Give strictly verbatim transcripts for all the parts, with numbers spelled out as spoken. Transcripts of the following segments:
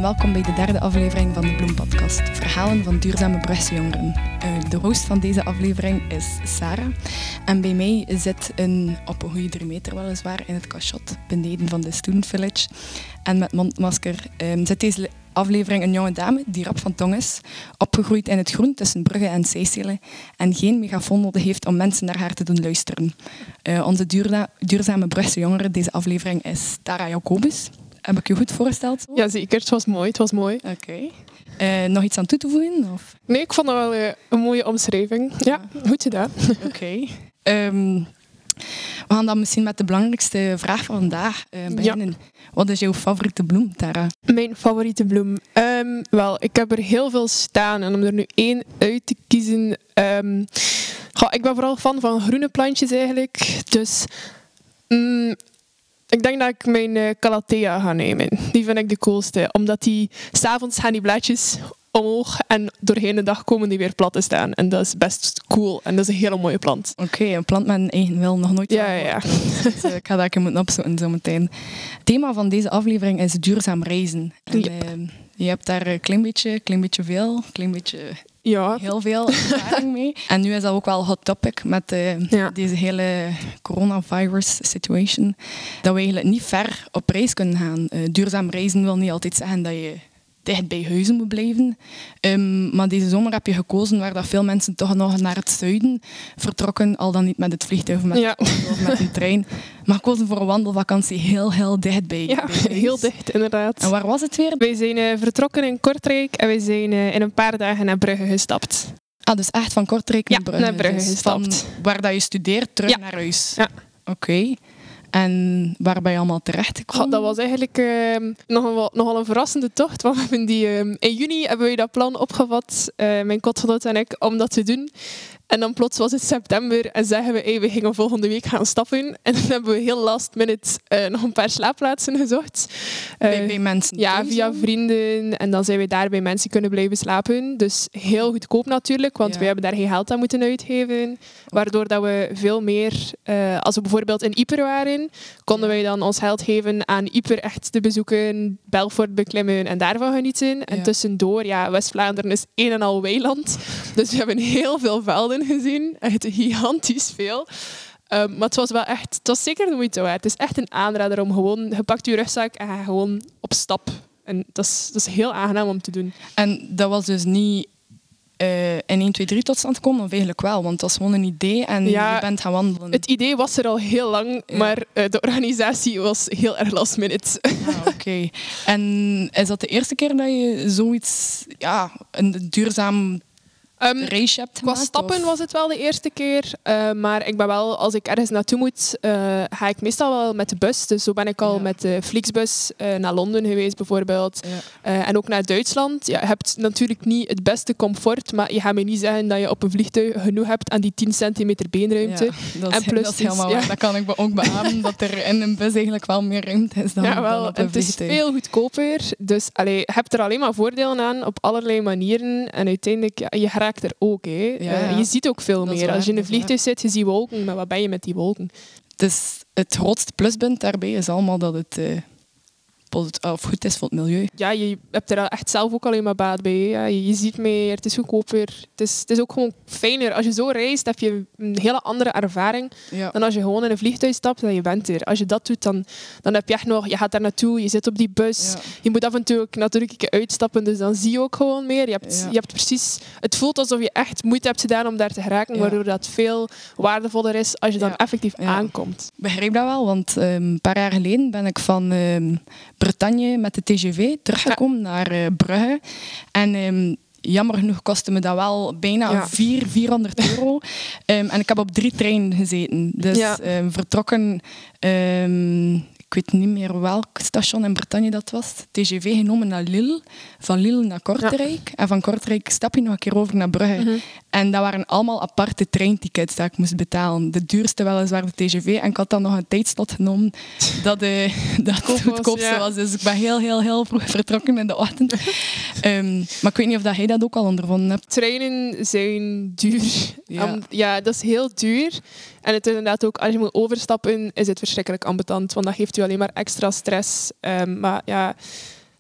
welkom bij de derde aflevering van de Bloempodcast. Verhalen van duurzame Brugse jongeren. Uh, de host van deze aflevering is Sarah. En bij mij zit een, op een goede drie meter weliswaar, in het cachot, beneden van de Student Village. En met mondmasker um, zit deze aflevering een jonge dame die rap van tong is, opgegroeid in het groen tussen Brugge en Seysselen en geen megafoon nodig heeft om mensen naar haar te doen luisteren. Uh, onze duurda- duurzame Brugse jongere deze aflevering is Tara Jacobus. Heb ik je goed voorgesteld? Ja, zeker. Het was mooi. Het was mooi. Oké. Okay. Uh, nog iets aan toe te voegen? Of? Nee, ik vond dat wel uh, een mooie omschrijving. Ja, ja. Goed gedaan. Oké. Okay. Um, we gaan dan misschien met de belangrijkste vraag van vandaag uh, beginnen. Ja. Wat is jouw favoriete bloem, Tara? Mijn favoriete bloem? Um, wel, ik heb er heel veel staan. En om er nu één uit te kiezen... Um, goh, ik ben vooral fan van groene plantjes eigenlijk. Dus... Um, Ik denk dat ik mijn uh, Calathea ga nemen. Die vind ik de coolste. Omdat die... S'avonds gaan die blaadjes omhoog en doorheen de dag komen die weer plat te staan. En dat is best cool. En dat is een hele mooie plant. Oké, okay, een plant met een eigen wil nog nooit. Ja, ja, ja. Dus, uh, ik ga dat even moeten opzoeken zo meteen. Het thema van deze aflevering is duurzaam reizen. En, yep. uh, je hebt daar een klein beetje, klein beetje veel, een klein beetje... Ja. Heel veel ervaring mee. En nu is dat ook wel een hot topic met uh, ja. deze hele coronavirus situation. Dat we eigenlijk niet ver op reis kunnen gaan. Uh, duurzaam reizen wil niet altijd zeggen dat je dicht bij huizen moet blijven. Um, maar deze zomer heb je gekozen waar dat veel mensen toch nog naar het zuiden vertrokken. Al dan niet met het vliegtuig of met, ja. of met een trein. Maar gekozen voor een wandelvakantie heel, heel dicht bij, ja, bij huis. Heel dicht, inderdaad. En waar was het weer? Wij zijn uh, vertrokken in Kortrijk en wij zijn uh, in een paar dagen naar Brugge gestapt. Ah, dus echt van Kortrijk naar ja, Brugge. naar Brugge dus gestapt. Van waar dat je studeert, terug ja. naar huis. Ja. Oké. Okay. En waar ben je allemaal terecht gekomen? Dat was eigenlijk uh, nogal, nogal een verrassende tocht. Want we hebben die, uh, in juni hebben we dat plan opgevat, uh, mijn kotgenoot en ik, om dat te doen. En dan plots was het september en zeggen we, hey, we gingen volgende week gaan stappen. En dan hebben we heel last minute uh, nog een paar slaapplaatsen gezocht. Uh, bij, bij mensen? Ja, via vrienden. En dan zijn we daar bij mensen kunnen blijven slapen. Dus heel goedkoop natuurlijk, want ja. we hebben daar geen geld aan moeten uitgeven. Waardoor dat we veel meer, uh, als we bijvoorbeeld in Yper waren, konden ja. wij dan ons geld geven aan Yper echt te bezoeken, Belfort beklimmen en daarvan genieten. En ja. tussendoor, ja, West-Vlaanderen is een en al weiland. Dus we hebben heel veel velden gezien. Echt gigantisch veel. Um, maar het was wel echt... Het was zeker de moeite waard. Het is echt een aanrader om gewoon... Je pakt je rugzak en ga gewoon op stap. En dat is, dat is heel aangenaam om te doen. En dat was dus niet uh, in één, twee, drie tot stand gekomen? Of eigenlijk wel? Want dat was gewoon een idee en ja, je bent gaan wandelen. Het idee was er al heel lang, ja. maar uh, de organisatie was heel erg last minute. Ah, oké. Okay. En is dat de eerste keer dat je zoiets... Ja, een duurzaam... Um, race hebt qua stappen of? Was het wel de eerste keer. Uh, maar ik ben wel, als ik ergens naartoe moet, uh, ga ik meestal wel met de bus. Dus zo ben ik al ja. met de Flixbus uh, naar Londen geweest bijvoorbeeld. Ja. Uh, en ook naar Duitsland. Ja, je hebt natuurlijk niet het beste comfort, maar je gaat me niet zeggen dat je op een vliegtuig genoeg hebt aan die tien centimeter beenruimte. Ja, dat, is, en plus dat is helemaal is, waar. Ja. Dat kan ik ook beamen, dat er in een bus eigenlijk wel meer ruimte is dan, ja, wel, dan op een het vliegtuig. Het is veel goedkoper. Dus allee, je hebt er alleen maar voordelen aan op allerlei manieren. En uiteindelijk, ja, je raakt er ook. Hè. Ja, ja. Uh, je ziet ook veel dat meer. Waar, als je in een vliegtuig zit, je ziet wolken. Maar wat ben je met die wolken? Dus het grootste pluspunt daarbij is allemaal dat het uh, of goed is voor het milieu. Ja, je hebt er echt zelf ook alleen maar baat bij. Ja, je, je ziet meer, het is goedkoper. Het is, het is ook gewoon fijner. Als je zo reist, heb je een hele andere ervaring ja. dan als je gewoon in een vliegtuig stapt en je bent er. Als je dat doet, dan, dan heb je echt nog... Je gaat daar naartoe, je zit op die bus. Ja. Je moet af en toe ook natuurlijk een keer uitstappen, dus dan zie je ook gewoon meer. Je hebt, ja. je hebt precies... Het voelt alsof je echt moeite hebt gedaan om daar te geraken, ja. waardoor dat veel waardevoller is als je dan ja. effectief ja. aankomt. Ik begrijp dat wel, want um, een paar jaar geleden ben ik van... Um, Bretagne met de T G V teruggekomen ja. naar uh, Brugge. En um, jammer genoeg kostte me dat wel bijna ja. vier, vierhonderd euro. Um, en ik heb op drie treinen gezeten. Dus ja. um, vertrokken... Um, ik weet niet meer welk station in Bretagne dat was. T G V genomen naar Lille. Van Lille naar Kortrijk. Ja. En van Kortrijk stap je nog een keer over naar Brugge. Mm-hmm. En dat waren allemaal aparte treintickets dat ik moest betalen. De duurste weliswaar de T G V. En ik had dan nog een tijdslot genomen dat, uh, dat het goedkoopste ja. was. Dus ik ben heel, heel, heel vroeg vertrokken in de ochtend. um, maar ik weet niet of dat jij dat ook al ondervonden hebt. Treinen zijn duur. Ja, um, ja dat is heel duur. En het is inderdaad ook, als je moet overstappen, is het verschrikkelijk ambetant. Want dat geeft je alleen maar extra stress. Um, maar ja...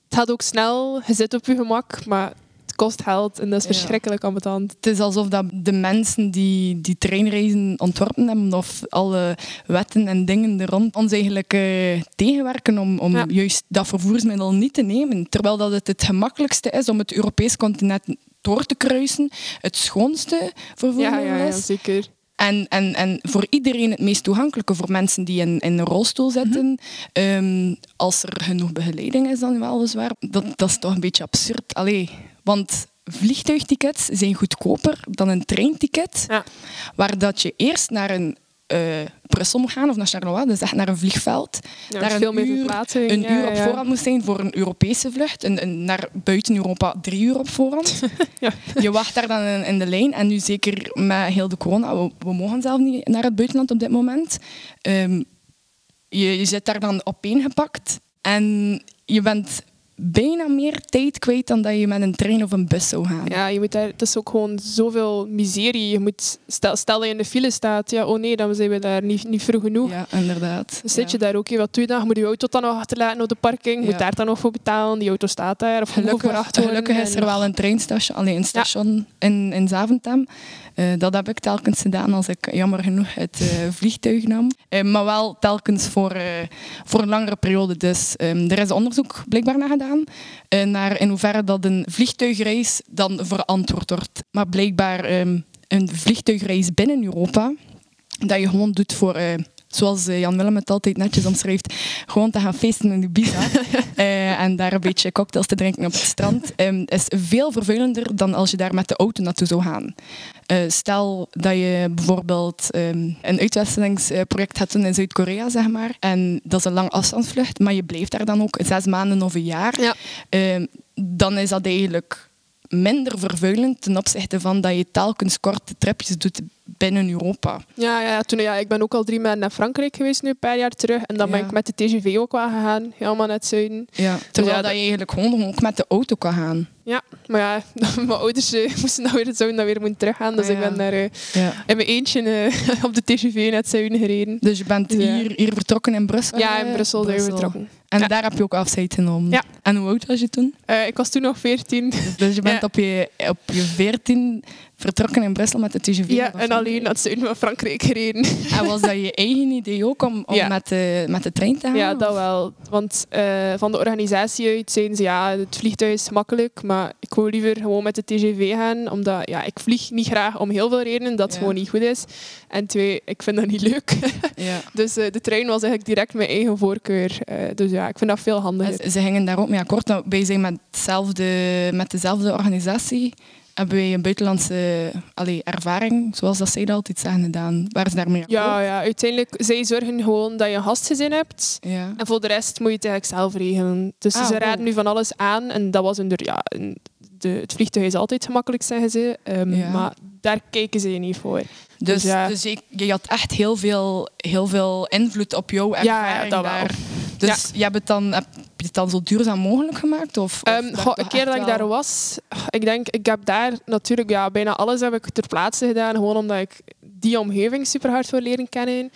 Het gaat ook snel, je zit op je gemak, maar het kost geld en dat is ja. verschrikkelijk ambetant. Het is alsof dat de mensen die die treinreizen ontworpen hebben of alle wetten en dingen er rond ons eigenlijk uh, tegenwerken om, om ja. juist dat vervoersmiddel niet te nemen. Terwijl dat het het gemakkelijkste is om het Europees continent door te kruisen, het schoonste vervoersmiddel ja, ja, ja, is. zeker. En, en, en voor iedereen het meest toegankelijke, voor mensen die in, in een rolstoel zitten. Mm-hmm. Um, als er genoeg begeleiding is dan weliswaar. Dat, dat is toch een beetje absurd. Allee, want vliegtuigtickets zijn goedkoper dan een treinticket. Ja. Waar dat je eerst naar een uh, Brussel moet gaan of naar Charleroi, dus echt naar een vliegveld. Ja, daar veel een meer uur, verplaatsing. een ja, uur op ja. voorhand moet zijn voor een Europese vlucht. En, en naar buiten Europa drie uur op voorhand. ja. Je wacht daar dan in, in de lijn. En nu zeker met heel de corona, we, we mogen zelf niet naar het buitenland op dit moment. Um, je, je zit daar dan opeengepakt. En je bent bijna meer tijd kwijt dan dat je met een trein of een bus zou gaan. Ja, je moet daar, het is ook gewoon zoveel miserie. Je moet, stel, stel dat je in de file staat, ja, oh nee, dan zijn we daar niet, niet vroeg genoeg. Ja, inderdaad. Dan zit ja. je daar ook, wat doe je dan? Je moet je auto dan nog achterlaten op de parking, je ja. moet daar dan nog voor betalen, die auto staat daar. Of gelukkig, gelukkig is er wel een treinstation, alleen een station ja. in, in Zaventem. Uh, dat heb ik telkens gedaan als ik jammer genoeg het uh, vliegtuig nam. Uh, maar wel telkens voor, uh, voor een langere periode. Dus um, er is onderzoek blijkbaar naar gedaan. Uh, naar in hoeverre dat een vliegtuigreis dan verantwoord wordt. Maar blijkbaar um, een vliegtuigreis binnen Europa, dat je gewoon doet voor... Uh, zoals Jan Willem het altijd netjes omschrijft, gewoon te gaan feesten in Ibiza uh, en daar een beetje cocktails te drinken op het strand, um, is veel vervelender dan als je daar met de auto naartoe zou gaan. Uh, stel dat je bijvoorbeeld um, een uitwisselingsproject hebt in Zuid-Korea, zeg maar, en dat is een lang afstandsvlucht, maar je blijft daar dan ook zes maanden of een jaar, ja. uh, dan is dat eigenlijk minder vervuilend ten opzichte van dat je telkens korte tripjes doet binnen Europa. Ja, ja, toen, ja, ik ben ook al drie maanden naar Frankrijk geweest nu, een paar jaar terug. En dan ja. ben ik met de T G V ook wel gegaan, helemaal naar het zuiden. Ja, terwijl dus ja, dat je eigenlijk gewoon ook met de auto kan gaan. Ja, maar ja, mijn ouders uh, moesten dan weer, zouden dan weer moeten teruggaan. Dus ah, ja. ik ben daar uh, ja. in mijn eentje uh, op de T G V naar het zuiden gereden. Dus je bent ja. hier, hier vertrokken in Brussel? Ja, in Brussel, Brussel. zijn we vertrokken. En ja. daar heb je ook afscheid genomen? Ja. En hoe oud was je toen? Uh, ik was toen nog veertien. Dus je bent ja. op je op je veertien vertrokken in Brussel met de T G V? Ja, en alleen naar het zuiden van Frankrijk gereden. En was dat je eigen idee ook om, om ja. met, de, met de trein te gaan? Ja, dat wel. Want uh, van de organisatie uit zeiden ze, ja, het vliegtuig is makkelijk, maar ik wou liever gewoon met de T G V gaan, omdat ja, ik vlieg niet graag om heel veel redenen, dat het ja. gewoon niet goed is. En twee, ik vind dat niet leuk. Ja. Dus uh, de trein was eigenlijk direct mijn eigen voorkeur. Uh, dus ja, ik vind dat veel handiger. Ze, ze gingen daar ook mee akkoord. Nou, wij zijn met, hetzelfde, met dezelfde organisatie hebben wij een buitenlandse allee, ervaring, zoals dat zij dat altijd zeggen, gedaan. Waar ze daarmee akkoord? Ja, ja, uiteindelijk, zij zorgen gewoon dat je een gastgezin hebt. Ja. En voor de rest moet je het eigenlijk zelf regelen. Dus ah, ze raden oh. nu van alles aan. En dat was onder, ja, de, het vliegtuig is altijd gemakkelijk, zeggen ze. Um, ja. Maar daar kijken ze niet voor. Dus, dus, ja. dus je, je had echt heel veel, heel veel invloed op jouw ervaring ja, dat daar. wel. Dus ja. je hebt het dan, heb je het dan zo duurzaam mogelijk gemaakt? Of, of um, goh, een keer dat ik wel... daar was, ik denk, ik heb daar natuurlijk ja, bijna alles heb ik ter plaatse gedaan. Gewoon omdat ik die omgeving super hard wil leren kennen.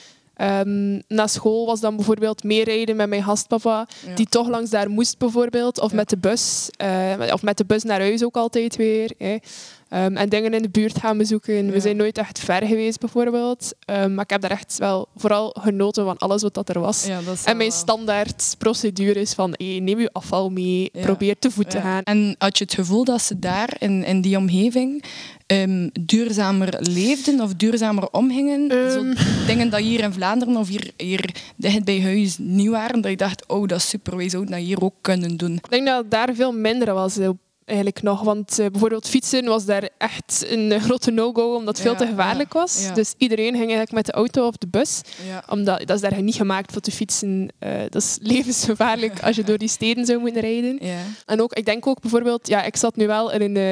Um, na school was dan bijvoorbeeld meerijden met mijn gastpapa, ja. die toch langs daar moest bijvoorbeeld. Of ja. met de bus. Uh, of met de bus naar huis ook altijd weer. Eh. Um, en dingen in de buurt gaan bezoeken. Ja. We zijn nooit echt ver geweest bijvoorbeeld. Um, maar ik heb daar echt wel vooral genoten van alles wat dat er was. Ja, dat en mijn wel... standaard procedure is van hey, neem je afval mee, ja. probeer te voet ja. te gaan. En had je het gevoel dat ze daar in, in die omgeving um, duurzamer leefden of duurzamer omgingen? Um... Zo dingen dat hier in Vlaanderen of hier, hier dicht bij huis niet waren, dat je dacht, oh dat is super, wij zouden dat hier ook kunnen doen. Ik denk dat het daar veel minder was. Eigenlijk nog, want uh, bijvoorbeeld fietsen was daar echt een grote no-go, omdat het veel ja, te gevaarlijk ja, was. Ja. Dus iedereen ging eigenlijk met de auto of de bus, ja. omdat dat is daar niet gemaakt voor te fietsen. Uh, dat is levensgevaarlijk als je door die steden zou moeten rijden. Ja. En ook, ik denk ook bijvoorbeeld, ja, ik zat nu wel in een, uh,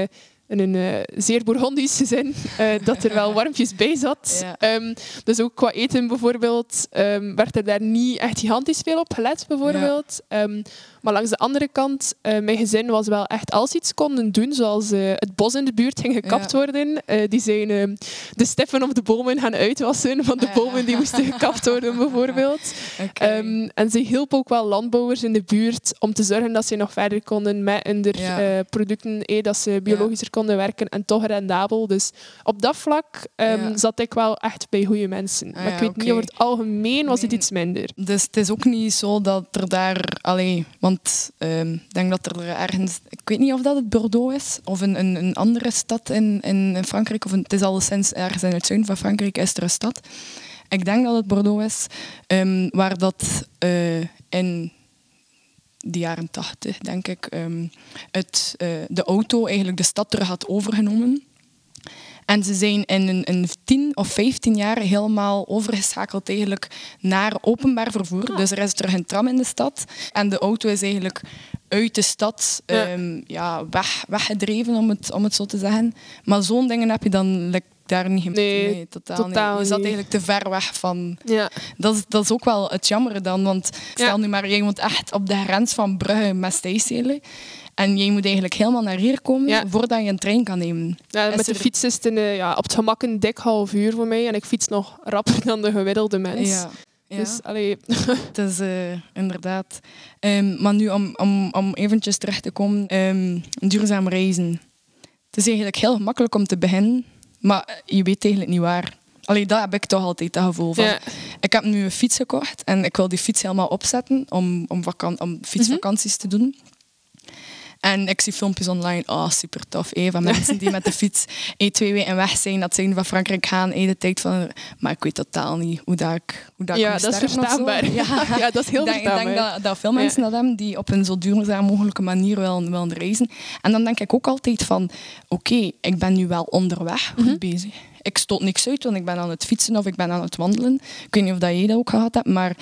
in een uh, zeer Bourgondische zin, uh, dat er wel warmpjes bij zat. Ja. Um, dus ook qua eten bijvoorbeeld um, werd er daar niet echt gigantisch veel op gelet bijvoorbeeld. Ja. Um, maar langs de andere kant, uh, mijn gezin was wel echt als iets konden doen, zoals uh, het bos in de buurt ging gekapt ja. worden. Uh, die zijn uh, de stippen op de bomen gaan uitwassen van de ja. bomen die moesten gekapt worden bijvoorbeeld. Okay. Um, en ze hielpen ook wel landbouwers in de buurt om te zorgen dat ze nog verder konden met hun ja. uh, producten, eh, dat ze biologischer ja. konden werken en toch rendabel. Dus op dat vlak um, ja. zat ik wel echt bij goede mensen. Ah, maar ik ja, weet okay. niet, over het algemeen was het iets minder. Dus het is ook niet zo dat er daar... Allee, want ik um, denk dat er ergens... Ik weet niet of dat het Bordeaux is, of een, een, een andere stad in, in, in Frankrijk. Of een, het is alleszins ergens in het zuiden van Frankrijk is er een stad. Ik denk dat het Bordeaux is, um, waar dat uh, in... de jaren tachtig, denk ik, um, het, uh, de auto eigenlijk de stad terug had overgenomen. En ze zijn in een, een tien of vijftien jaar helemaal overgeschakeld eigenlijk naar openbaar vervoer. Ah. Dus er is terug een tram in de stad. En de auto is eigenlijk uit de stad um, ja. Ja, weg, weggedreven, om het, om het zo te zeggen. Maar zo'n dingen heb je dan... Like, daar niet nee, nee, totaal, totaal niet. Je zat eigenlijk te ver weg van... Ja. Dat, is, dat is ook wel het jammere dan. Want stel ja. nu maar, jij woont echt op de grens van Brugge met Stijselen. En jij moet eigenlijk helemaal naar hier komen ja. voordat je een trein kan nemen. Ja, met de er... fiets is het een, ja, op het gemak een dik half uur voor mij. En ik fiets nog rapper dan de gemiddelde mens. Ja. Ja. Dus, allee. Het is uh, inderdaad... Um, maar nu, om, om, om eventjes terug te komen... Um, duurzaam reizen. Het is eigenlijk heel gemakkelijk om te beginnen... Maar je weet eigenlijk niet waar. Allee, dat heb ik toch altijd, dat gevoel van. Ja. Ik heb nu een fiets gekocht en ik wil die fiets helemaal opzetten om, om, vakan- om fietsvakanties mm-hmm. te doen. En ik zie filmpjes online, oh super tof, eh, van mensen die met de fiets eh, twee weken weg zijn, dat ze van Frankrijk gaan, eh, de tijd van... Maar ik weet totaal niet hoe dat ik hoe dat Ja, dat is verstaanbaar. Ja. ja, dat is heel ik denk, verstaanbaar. Ik denk dat, dat veel mensen ja. dat hebben die op een zo duurzaam mogelijke manier willen, willen reizen. En dan denk ik ook altijd van, oké, okay, ik ben nu wel onderweg, goed mm-hmm. bezig. Ik stoot niks uit, want ik ben aan het fietsen of ik ben aan het wandelen. Ik weet niet of dat jij dat ook gehad hebt, maar,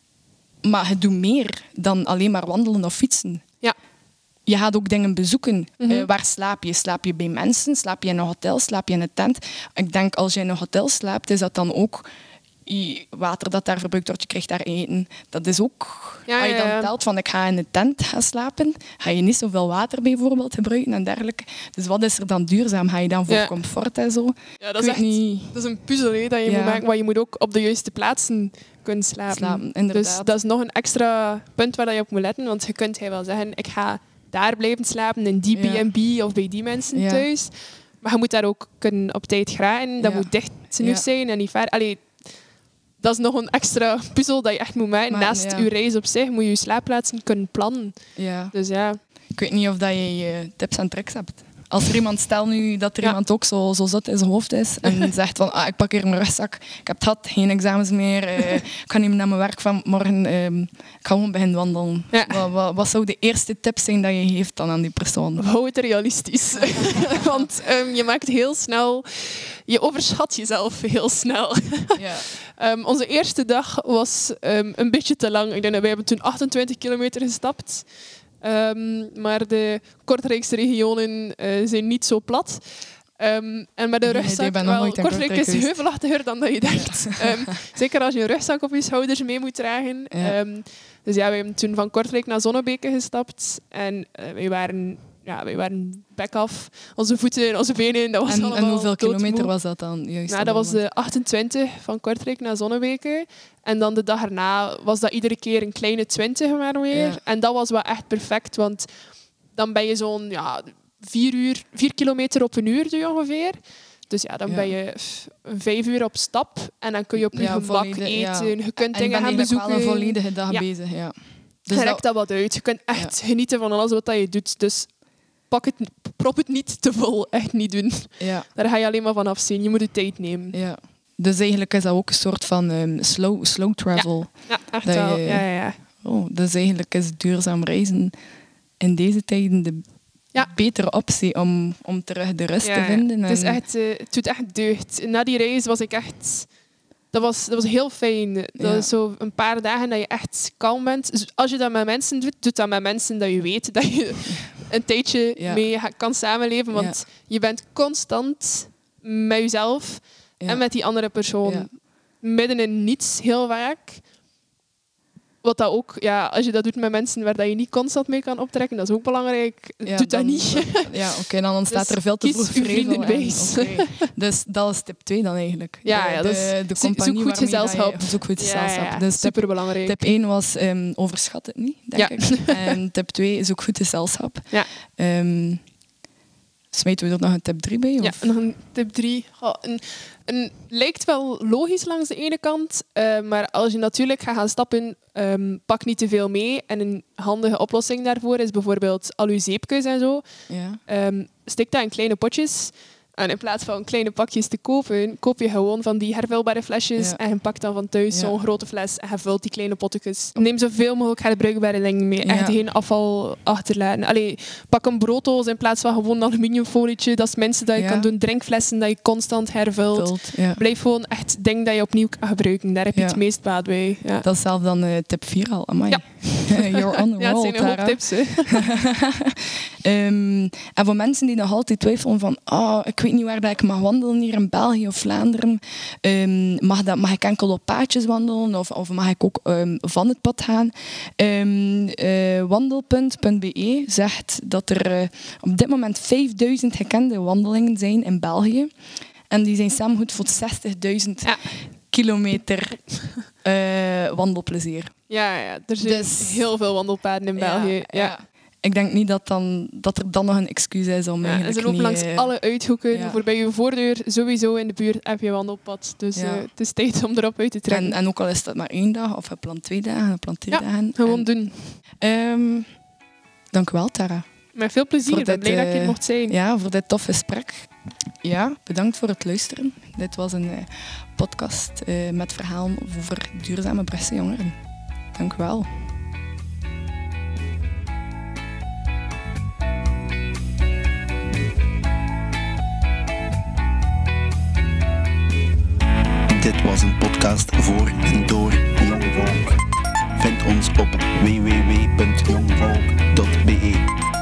maar het doet meer dan alleen maar wandelen of fietsen. Ja. Je gaat ook dingen bezoeken. Mm-hmm. Uh, waar slaap je? Slaap je bij mensen? Slaap je in een hotel? Slaap je in een tent? Ik denk, als je in een hotel slaapt, is dat dan ook je water dat daar verbruikt wordt. Je krijgt daar eten. Dat is ook... Ja, als je dan ja, ja. telt van, ik ga in een tent gaan slapen, ga je niet zoveel water bijvoorbeeld gebruiken en dergelijke. Dus wat is er dan duurzaam? Ga je dan voor ja. comfort en zo? Ja, dat is echt... Niet... Dat is een puzzel hè, dat je ja. moet maken, maar je moet ook op de juiste plaatsen kunnen slapen. slapen inderdaad. Dus dat is nog een extra punt waar je op moet letten, want je kunt wel zeggen, ik ga daar blijven slapen, in die B en B ja. of bij die mensen ja. thuis. Maar je moet daar ook kunnen op tijd geraken. Dat ja. moet dicht genoeg ja. zijn en niet ver. Allee, dat is nog een extra puzzel dat je echt moet maken. Maar, Naast ja. je reis op zich moet je je slaapplaatsen kunnen plannen. Ja. Dus ja. Ik weet niet of dat je je tips en tricks hebt. Als er iemand, stel nu dat er ja. iemand ook zo, zo zot in zijn hoofd is en zegt van, ah, ik pak hier mijn rugzak, ik heb het gehad, geen examens meer, uh, ik ga niet meer naar mijn werk van morgen, uh, ik ga gewoon beginnen wandelen. Ja. Wat, wat, wat zou de eerste tip zijn dat je geeft dan aan die persoon? Hou het realistisch. Want um, je maakt heel snel, je overschat jezelf heel snel. Ja. um, onze eerste dag was um, een beetje te lang. Ik denk dat wij hebben toen achtentwintig kilometer gestapt. Um, maar de Kortrijkse regionen uh, zijn niet zo plat. Um, en met een rugzak, nee, wel, Kortrijk is heuvelachtiger dan dat je denkt. Ja. Um, zeker als je een rugzak op je schouders mee moet dragen. Ja. Um, dus ja, we hebben toen van Kortrijk naar Zonnebeke gestapt. En uh, wij waren... Ja, wij waren back af. Onze voeten en onze benen, dat was en, allemaal En hoeveel doodmoe. kilometer was dat dan? Juist nou, dat was de achtentwintig van Kortrijk naar Zonnebeke. En dan de dag erna was dat iedere keer een kleine twintig maar weer. Ja. En dat was wel echt perfect, want dan ben je zo'n ja, vier, uur, vier kilometer op een uur doe je ongeveer. Dus ja, dan ja. ben je vijf uur op stap en dan kun je op je ja, gemak volledig, eten. Ja. Je kunt en dingen gaan bezoeken. En je bent wel een volledige dag ja. bezig. Ja. Dus je rekt dat wat uit. Je kunt echt ja. genieten van alles wat je doet. Dus pak het, prop het niet te vol. Echt niet doen. Ja. Daar ga je alleen maar van afzien. Je moet de tijd nemen. Ja. Dus eigenlijk is dat ook een soort van um, slow, slow travel. Ja, ja echt wel. Je, ja, ja, ja. Oh, dus eigenlijk is duurzaam reizen in deze tijden de ja. betere optie om, om terug de rust ja, te vinden. Ja. Het, is echt, uh, het doet echt deugd. Na die reis was ik echt... Dat was, dat was heel fijn. Dat ja. is zo een paar dagen dat je echt kalm bent. Dus als je dat met mensen doet, doe dat met mensen dat je weet dat je een tijdje ja. mee kan samenleven. Want ja. je bent constant met jezelf ja. en met die andere persoon. Ja. Midden in niets, heel vaak. Wat dat ook, ja, als je dat doet met mensen waar dat je niet constant mee kan optrekken, dat is ook belangrijk. Ja, Doe dan, dat niet. Ja, oké, okay, dan ontstaat dus er veel te vroeg vrevel. Okay. Dus dat is tip twee dan eigenlijk. Ja, de, ja, dat is, de, de compagnie zoek goed gezelschap. Je, zoek goed gezelschap. Ja, ja, dus superbelangrijk. Tip één was um, overschat het niet, denk ja. ik. En tip twee, zoek goed gezelschap. Ja. Um, Smijten we er nog een tip drie bij? Of? Ja, nog een tip drie. Oh, een, een, lijkt wel logisch langs de ene kant, uh, maar als je natuurlijk gaat gaan stappen, um, pak niet te veel mee. En een handige oplossing daarvoor is bijvoorbeeld al je zeepjes en zo. Ja. Um, stik dat in kleine potjes. En in plaats van kleine pakjes te kopen, koop je gewoon van die hervulbare flesjes. Ja. En je pakt dan van thuis ja. zo'n grote fles en je vult die kleine potjes. Neem zoveel mogelijk herbruikbare dingen mee. Ja. Echt geen afval achterlaten. Allee, pak een brooddoos in plaats van gewoon een aluminiumfolietje. Dat is het minste dat je ja. kan doen. Drinkflessen dat je constant hervult. Vult, ja. Blijf gewoon echt dingen dat je opnieuw kan gebruiken. Daar heb je ja. het meest baat bij. Ja. Dat is zelf dan uh, tip vier al. Amai. Ja. You're on the ja, roll, het zijn een hoop tips. um, en voor mensen die nog altijd twijfelen van oh, ik weet niet waar dat ik mag wandelen hier in België of Vlaanderen. Um, mag, dat, mag ik enkel op paadjes wandelen of, of mag ik ook um, van het pad gaan? Um, uh, wandelpunt punt b e zegt dat er uh, op dit moment vijfduizend gekende wandelingen zijn in België. En die zijn samen goed voor zestigduizend ja. kilometer uh, wandelplezier. Ja, ja, er zijn dus, heel veel wandelpaden in België. Ja, ja. Ja. Ik denk niet dat, dan, dat er dan nog een excuus is om ja, eigenlijk en ze lopen niet... langs alle uithoeken. Ja. Voorbij je voordeur, sowieso in de buurt heb je wandelpad. Dus ja. uh, het is tijd om erop uit te trekken. En, en ook al is dat maar één dag, of een plan twee dagen, een plan drie ja, dagen. gewoon en, doen. Um, dank u wel, Tara. Met veel plezier, ik ben blij dat ik hier mocht zijn. Ja, voor dit tof gesprek. Ja, bedankt voor het luisteren. Dit was een uh, podcast uh, met verhalen over duurzame Brugse jongeren. Dank u wel. Dit was een podcast voor en door Jong Volk. Vind ons op w w w punt jongvolk punt b e.